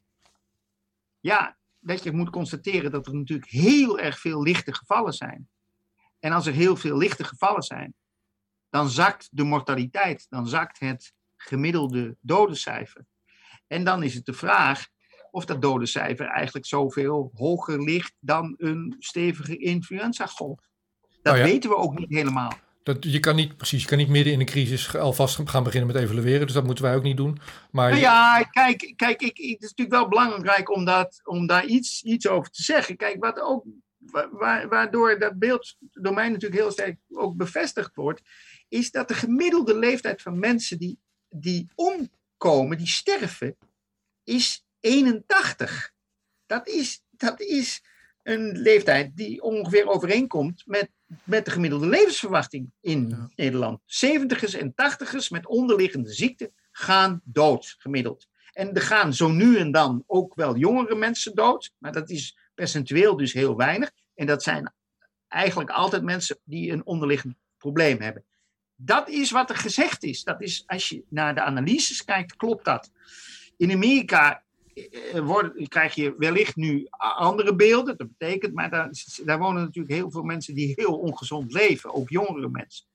Speaker 1: ja, dat je moet constateren dat er natuurlijk heel erg veel lichte gevallen zijn. En als er heel veel lichte gevallen zijn, dan zakt de mortaliteit, dan zakt het gemiddelde dodencijfer. En dan is het de vraag of dat dodencijfer eigenlijk zoveel hoger ligt dan een stevige influenzagolf. Dat weten we ook niet helemaal.
Speaker 2: Je kan niet midden in een crisis alvast gaan beginnen met evalueren. Dus dat moeten wij ook niet doen. Maar
Speaker 1: nou ja, kijk, het is natuurlijk wel belangrijk om daar iets over te zeggen. Kijk, wat ook, waardoor dat beeld door mij natuurlijk heel sterk ook bevestigd wordt, is dat de gemiddelde leeftijd van mensen die omkomen, die sterven, is 81. Dat is een leeftijd die ongeveer overeenkomt met de gemiddelde levensverwachting in Nederland. 70ers en 80ers met onderliggende ziekten gaan dood, gemiddeld. En er gaan zo nu en dan ook wel jongere mensen dood, maar dat is percentueel dus heel weinig. En dat zijn eigenlijk altijd mensen die een onderliggend probleem hebben. Dat is wat er gezegd is. Dat is, als je naar de analyses kijkt, klopt dat. In Amerika krijg je wellicht nu andere beelden. Dat betekent, maar daar wonen natuurlijk heel veel mensen die heel ongezond leven. Ook jongere mensen.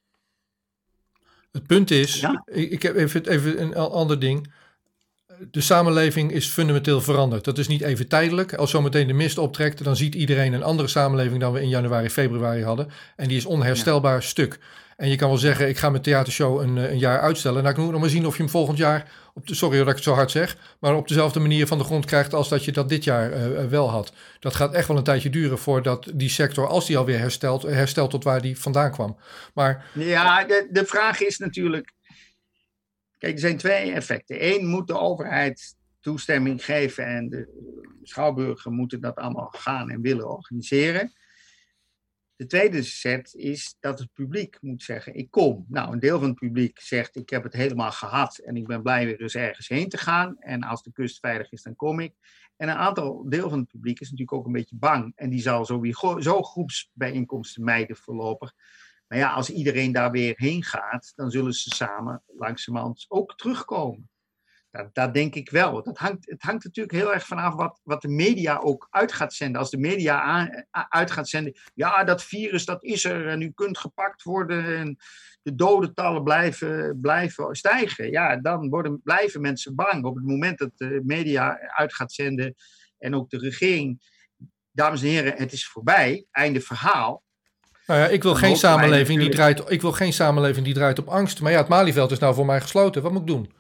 Speaker 2: Het punt is, ik heb even een ander ding. De samenleving is fundamenteel veranderd. Dat is niet even tijdelijk. Als zometeen de mist optrekt, dan ziet iedereen een andere samenleving dan we in januari, februari hadden. En die is onherstelbaar stuk. En je kan wel zeggen, ik ga mijn theatershow een jaar uitstellen. Nou, ik moet nog maar zien of je hem volgend jaar, sorry dat ik het zo hard zeg, maar op dezelfde manier van de grond krijgt als dat je dat dit jaar wel had. Dat gaat echt wel een tijdje duren voordat die sector, als die alweer herstelt tot waar die vandaan kwam. Maar
Speaker 1: ja, de vraag is natuurlijk, kijk, er zijn twee effecten. Eén, moet de overheid toestemming geven en de schouwburgen moeten dat allemaal gaan en willen organiseren. De tweede set is dat het publiek moet zeggen, ik kom. Nou, een deel van het publiek zegt, ik heb het helemaal gehad en ik ben blij weer eens ergens heen te gaan. En als de kust veilig is, dan kom ik. En een aantal deel van het publiek is natuurlijk ook een beetje bang. En die zal sowieso groepsbijeenkomsten mijden voorlopig. Maar ja, als iedereen daar weer heen gaat, dan zullen ze samen langzamerhand ook terugkomen. Dat denk ik wel. Het hangt natuurlijk heel erg vanaf wat de media ook uit gaat zenden. Als de media uit gaat zenden, ja, dat virus dat is er en u kunt gepakt worden en de dodentallen blijven stijgen. Ja, dan blijven mensen bang. Op het moment dat de media uit gaat zenden en ook de regering, dames en heren, het is voorbij, einde verhaal.
Speaker 2: Nou ja, ik wil geen samenleving die draait op angst. Maar ja, het Malieveld is nou voor mij gesloten. Wat moet ik doen?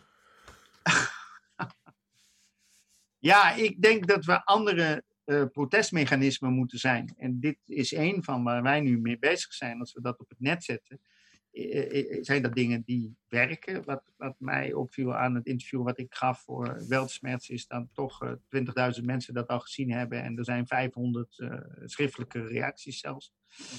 Speaker 1: Ja, ik denk dat we andere protestmechanismen moeten zijn. En dit is één van waar wij nu mee bezig zijn. Als we dat op het net zetten, zijn dat dingen die werken. Wat mij opviel aan het interview wat ik gaf voor Weltschmerz is dat toch 20.000 mensen dat al gezien hebben. En er zijn 500 schriftelijke reacties zelfs.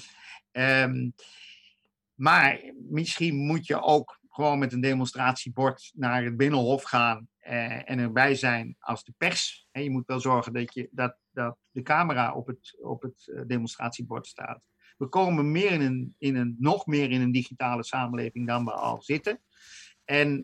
Speaker 1: Maar misschien moet je ook gewoon met een demonstratiebord naar het Binnenhof gaan en erbij zijn als de pers. En je moet wel zorgen dat de camera op het demonstratiebord staat. We komen meer nog meer in een digitale samenleving dan we al zitten. En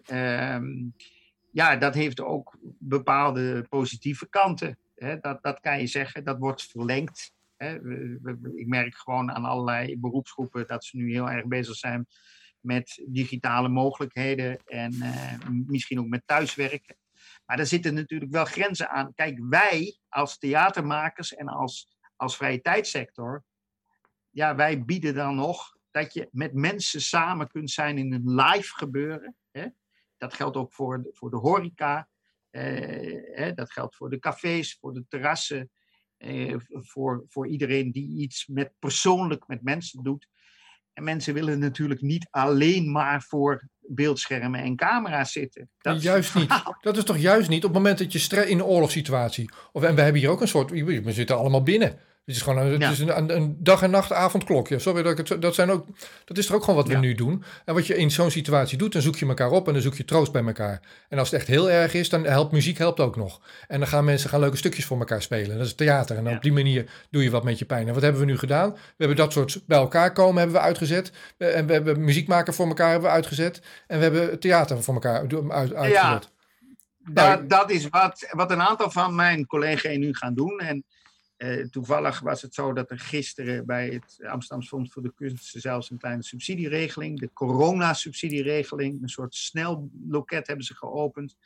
Speaker 1: dat heeft ook bepaalde positieve kanten. Hè? Dat kan je zeggen, dat wordt verlengd. Ik merk gewoon aan allerlei beroepsgroepen dat ze nu heel erg bezig zijn met digitale mogelijkheden en misschien ook met thuiswerken. Maar daar zitten natuurlijk wel grenzen aan. Kijk, wij als theatermakers en als vrije tijdsector, ja, wij bieden dan nog dat je met mensen samen kunt zijn in een live gebeuren. Hè? Dat geldt ook voor de horeca, dat geldt voor de cafés, voor de terrassen. Voor iedereen die iets persoonlijk met mensen doet. En mensen willen natuurlijk niet alleen maar voor beeldschermen en camera's zitten.
Speaker 2: Juist niet. Dat is toch juist niet op het moment dat je in een oorlogssituatie. En we hebben hier ook een soort. We zitten allemaal binnen. Het is gewoon is een dag- en nacht-avondklokje. Sorry dat is er ook gewoon wat we nu doen. En wat je in zo'n situatie doet, dan zoek je elkaar op en dan zoek je troost bij elkaar. En als het echt heel erg is, dan helpt muziek ook nog. En dan gaan mensen leuke stukjes voor elkaar spelen. Dat is theater. En op die manier doe je wat met je pijn. En wat hebben we nu gedaan? We hebben dat soort bij elkaar komen hebben we uitgezet. En we hebben muziek maken voor elkaar hebben we uitgezet. En we hebben theater voor elkaar uitgezet.
Speaker 1: Ja, dat is wat een aantal van mijn collega's nu gaan doen. En toevallig was het zo dat er gisteren bij het Amsterdamse Fonds voor de Kunsten zelfs een kleine subsidieregeling, de corona-subsidieregeling, een soort snelloket hebben ze geopend.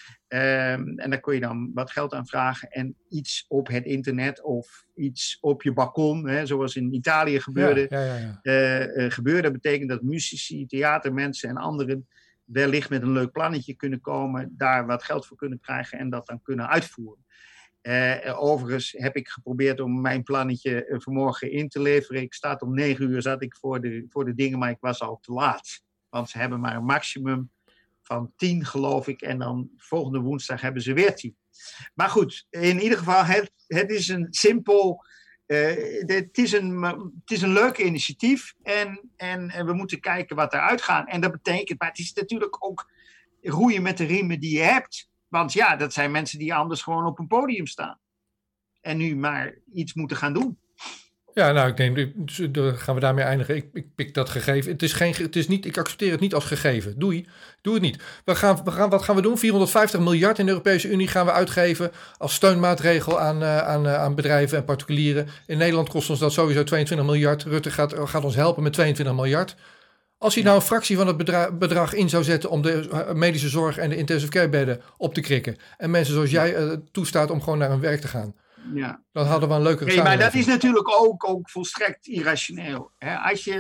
Speaker 1: En daar kon je dan wat geld aan vragen en iets op het internet of iets op je balkon, zoals in Italië gebeurde. Gebeurde. Dat betekent dat muzici, theatermensen en anderen wellicht met een leuk plannetje kunnen komen, daar wat geld voor kunnen krijgen en dat dan kunnen uitvoeren. Overigens heb ik geprobeerd om mijn plannetje vanmorgen in te leveren. Ik zat om 9 uur zat ik voor de dingen, maar ik was al te laat. Want ze hebben maar een maximum van 10, geloof ik. En dan volgende woensdag hebben ze weer 10. Maar goed, in ieder geval, het is een simpel. Het is een leuk initiatief. En we moeten kijken wat eruit gaat. En dat betekent, maar het is natuurlijk ook roeien met de riemen die je hebt. Want ja, dat zijn mensen die anders gewoon op een podium staan. En nu maar iets moeten gaan doen.
Speaker 2: Ja, nou, ik denk, dan gaan we daarmee eindigen. Ik pik dat gegeven. Ik accepteer het niet als gegeven. Doei, doe het niet. Wat gaan we doen? 450 miljard in de Europese Unie gaan we uitgeven als steunmaatregel aan bedrijven en particulieren. In Nederland kost ons dat sowieso 22 miljard. Rutte gaat ons helpen met 22 miljard. Als hij nou een fractie van het bedrag in zou zetten om de medische zorg en de intensive care bedden op te krikken. En mensen zoals jij toestaat om gewoon naar hun werk te gaan. Ja. Dan hadden we een leukere samenleving.
Speaker 1: Maar dat is natuurlijk ook volstrekt irrationeel. Hè?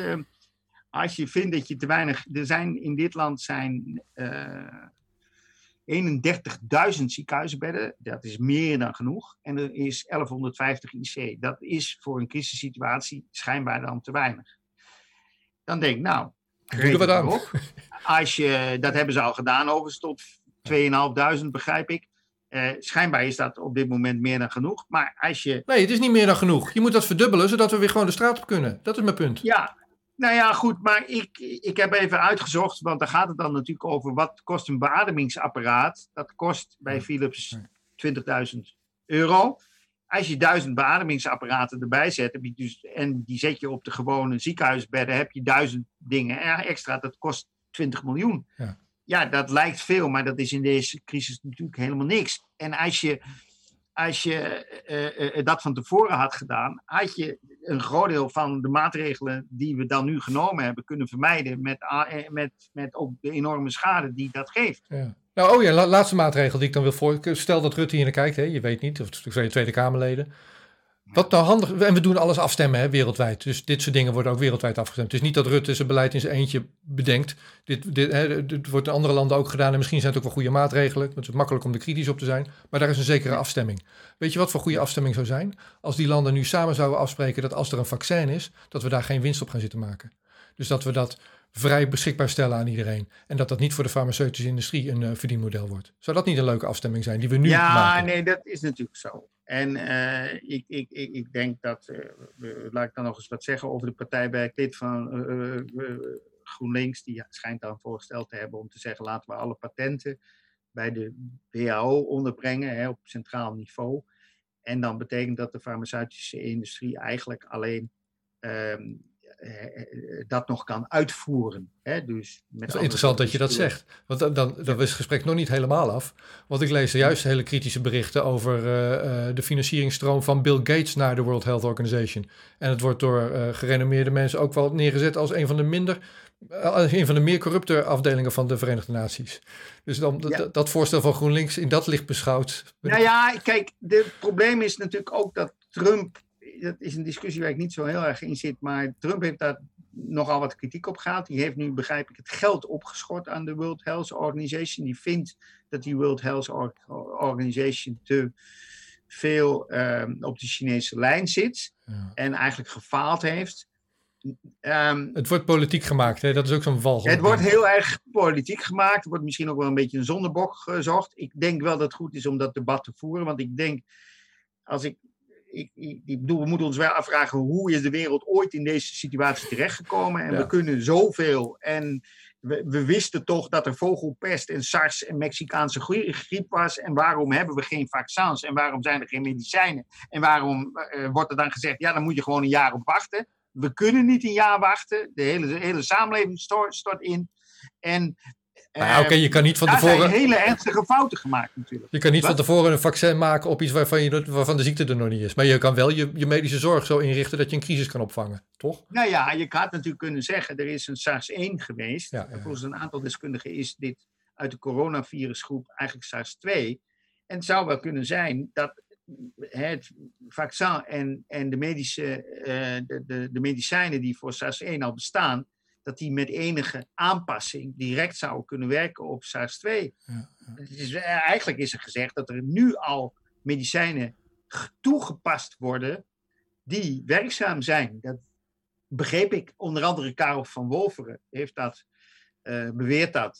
Speaker 1: Als je vindt dat je te weinig. In dit land 31.000 ziekenhuisbedden. Dat is meer dan genoeg. En er is 1150 IC. Dat is voor een crisissituatie schijnbaar dan te weinig. Dan denk ik, nou.
Speaker 2: Doe we dan.
Speaker 1: Dat hebben ze al gedaan, overigens tot 2.500 begrijp ik. Schijnbaar is dat op dit moment meer dan genoeg. Maar als je...
Speaker 2: Nee, het is niet meer dan genoeg. Je moet dat verdubbelen, zodat we weer gewoon de straat op kunnen. Dat is mijn punt.
Speaker 1: Ja, nou ja, goed. Maar ik heb even uitgezocht, want daar gaat het dan natuurlijk over. Wat kost een beademingsapparaat? Dat kost bij Philips €20.000. Als je 1000 beademingsapparaten erbij zet, heb je dus, en die zet je op de gewone ziekenhuisbedden, heb je 1000 dingen extra. Dat kost 20 miljoen. Ja, dat lijkt veel, maar dat is in deze crisis natuurlijk helemaal niks. En als je dat van tevoren had gedaan, had je een groot deel van de maatregelen die we dan nu genomen hebben kunnen vermijden met ook de enorme schade die dat geeft.
Speaker 2: Ja. Nou, laatste maatregel die ik dan wil voor. Stel dat Rutte hier naar kijkt, hè, je weet niet, of twee Tweede Kamerleden. Wat nou handig, en we doen alles afstemmen wereldwijd. Dus dit soort dingen worden ook wereldwijd afgestemd. Het is niet dat Rutte zijn beleid in zijn eentje bedenkt. Dit wordt in andere landen ook gedaan. En misschien zijn het ook wel goede maatregelen. Het is makkelijk om er kritisch op te zijn. Maar daar is een zekere afstemming. Weet je wat voor goede afstemming zou zijn? Als die landen nu samen zouden afspreken dat als er een vaccin is, dat we daar geen winst op gaan zitten maken. Dus dat we dat vrij beschikbaar stellen aan iedereen. En dat niet voor de farmaceutische industrie een verdienmodel wordt. Zou dat niet een leuke afstemming zijn die we nu maken?
Speaker 1: Ja, nee, dat is natuurlijk zo. En ik denk dat, laat ik dan nog eens wat zeggen over de partij bij het lid van GroenLinks, die schijnt dan voorgesteld te hebben om te zeggen, laten we alle patenten bij de WHO onderbrengen, op centraal niveau. En dan betekent dat de farmaceutische industrie eigenlijk alleen dat nog kan uitvoeren. Dus
Speaker 2: het is interessant dat je dat zegt. Want dan is het gesprek nog niet helemaal af. Want ik lees er juist hele kritische berichten over de financieringstroom van Bill Gates naar de World Health Organization. En het wordt door gerenommeerde mensen ook wel neergezet als een van de meer corrupte afdelingen van de Verenigde Naties. Dus dan dat voorstel van GroenLinks in dat licht beschouwd.
Speaker 1: Nou ja, kijk, het probleem is natuurlijk ook dat Trump, dat is een discussie waar ik niet zo heel erg in zit, maar Trump heeft daar nogal wat kritiek op gehad. Die heeft nu, begrijp ik, het geld opgeschort aan de World Health Organization. Die vindt dat die World Health Organization te veel op de Chinese lijn zit en eigenlijk gefaald heeft.
Speaker 2: Het wordt politiek gemaakt, hè? Dat is ook zo'n walgelijk.
Speaker 1: Het wordt heel erg politiek gemaakt. Er wordt misschien ook wel een beetje een zondebok gezocht. Ik denk wel dat het goed is om dat debat te voeren, want ik denk, ik bedoel, we moeten ons wel afvragen, hoe is de wereld ooit in deze situatie terechtgekomen? En we kunnen zoveel. En we wisten toch dat er vogelpest en SARS en Mexicaanse griep was. En waarom hebben we geen vaccins? En waarom zijn er geen medicijnen? En waarom wordt er dan gezegd, ja, dan moet je gewoon een jaar op wachten. We kunnen niet een jaar wachten. De hele samenleving stort in. En
Speaker 2: Oké, je kan niet van tevoren.
Speaker 1: Daar zijn hele ernstige fouten gemaakt natuurlijk.
Speaker 2: Je kan niet van tevoren een vaccin maken op iets waarvan de ziekte er nog niet is. Maar je kan wel je medische zorg zo inrichten dat je een crisis kan opvangen, toch?
Speaker 1: Nou ja, je had natuurlijk kunnen zeggen, er is een SARS-1 geweest.
Speaker 2: Ja.
Speaker 1: Volgens een aantal deskundigen is dit uit de coronavirusgroep eigenlijk SARS-2. En het zou wel kunnen zijn dat het vaccin en de medicijnen die voor SARS-1 al bestaan, dat die met enige aanpassing direct zouden kunnen werken op SARS-2.
Speaker 2: Ja.
Speaker 1: Dus eigenlijk is er gezegd dat er nu al medicijnen toegepast worden die werkzaam zijn. Dat begreep ik. Onder andere Karel van Wolferen heeft dat, beweert dat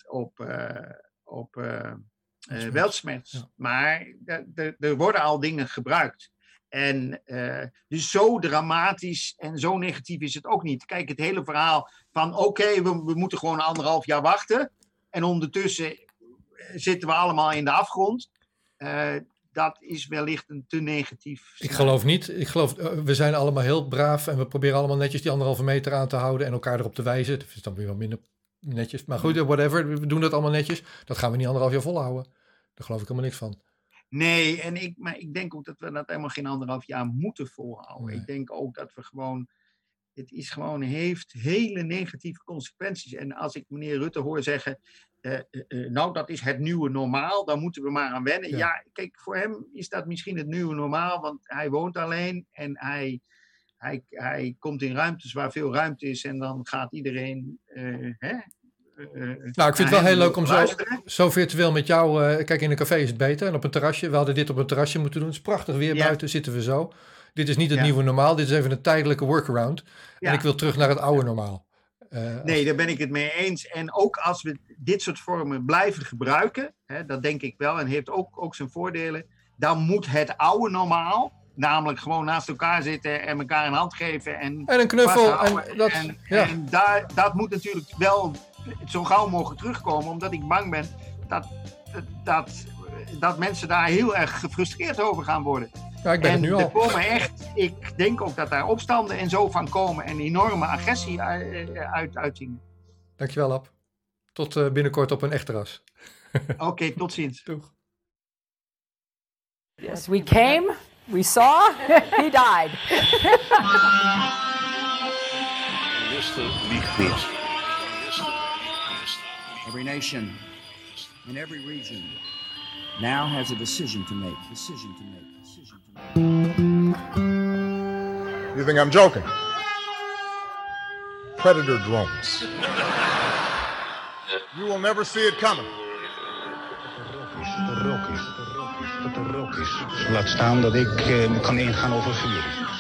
Speaker 1: op Weltschmerz. Ja. Maar er worden al dingen gebruikt. En dus zo dramatisch en zo negatief is het ook niet. Kijk, het hele verhaal van oké, we moeten gewoon 1,5 jaar wachten. En ondertussen zitten we allemaal in de afgrond. Dat is wellicht een te negatief.
Speaker 2: Ik geloof niet. Ik geloof, we zijn allemaal heel braaf en we proberen allemaal netjes die 1,5 meter aan te houden en elkaar erop te wijzen. Dat is dan weer wel minder netjes. Maar goed, whatever, we doen dat allemaal netjes. Dat gaan we niet 1,5 jaar volhouden. Daar geloof ik helemaal niks van.
Speaker 1: Nee, maar ik denk ook dat we dat helemaal geen 1,5 jaar moeten volhouden. Nee. Ik denk ook dat we gewoon, het is gewoon, heeft hele negatieve consequenties. En als ik meneer Rutte hoor zeggen, nou dat is het nieuwe normaal, daar moeten we maar aan wennen. Ja, kijk, voor hem is dat misschien het nieuwe normaal, want hij woont alleen en hij komt in ruimtes waar veel ruimte is en dan gaat iedereen...
Speaker 2: Nou, ik vind het wel heel leuk om zo virtueel met jou... kijk, in een café is het beter en op een terrasje. We hadden dit op een terrasje moeten doen. Het is prachtig weer buiten, zitten we zo. Dit is niet het nieuwe normaal. Dit is even een tijdelijke workaround. Ja. En ik wil terug naar het oude normaal.
Speaker 1: Nee, daar ben ik het mee eens. En ook als we dit soort vormen blijven gebruiken, dat denk ik wel, en heeft ook zijn voordelen, dan moet het oude normaal, namelijk gewoon naast elkaar zitten en elkaar een hand geven en
Speaker 2: een knuffel.
Speaker 1: En dat moet natuurlijk wel zo gauw mogelijk terugkomen, omdat ik bang ben dat mensen daar heel erg gefrustreerd over gaan worden.
Speaker 2: Ja, ik ben het nu al.
Speaker 1: Ik denk ook dat daar opstanden en zo van komen en enorme agressie uitzien.
Speaker 2: Dankjewel, Ab. Tot binnenkort op een echt terras.
Speaker 1: Oké, tot ziens.
Speaker 2: Doeg.
Speaker 3: Yes, we came, we saw, he died.
Speaker 4: Every nation in every region now has a decision to make.
Speaker 5: You think I'm joking? Predator drones. You will never see it coming.
Speaker 6: Laat staan dat ik kan ingaan over vuur.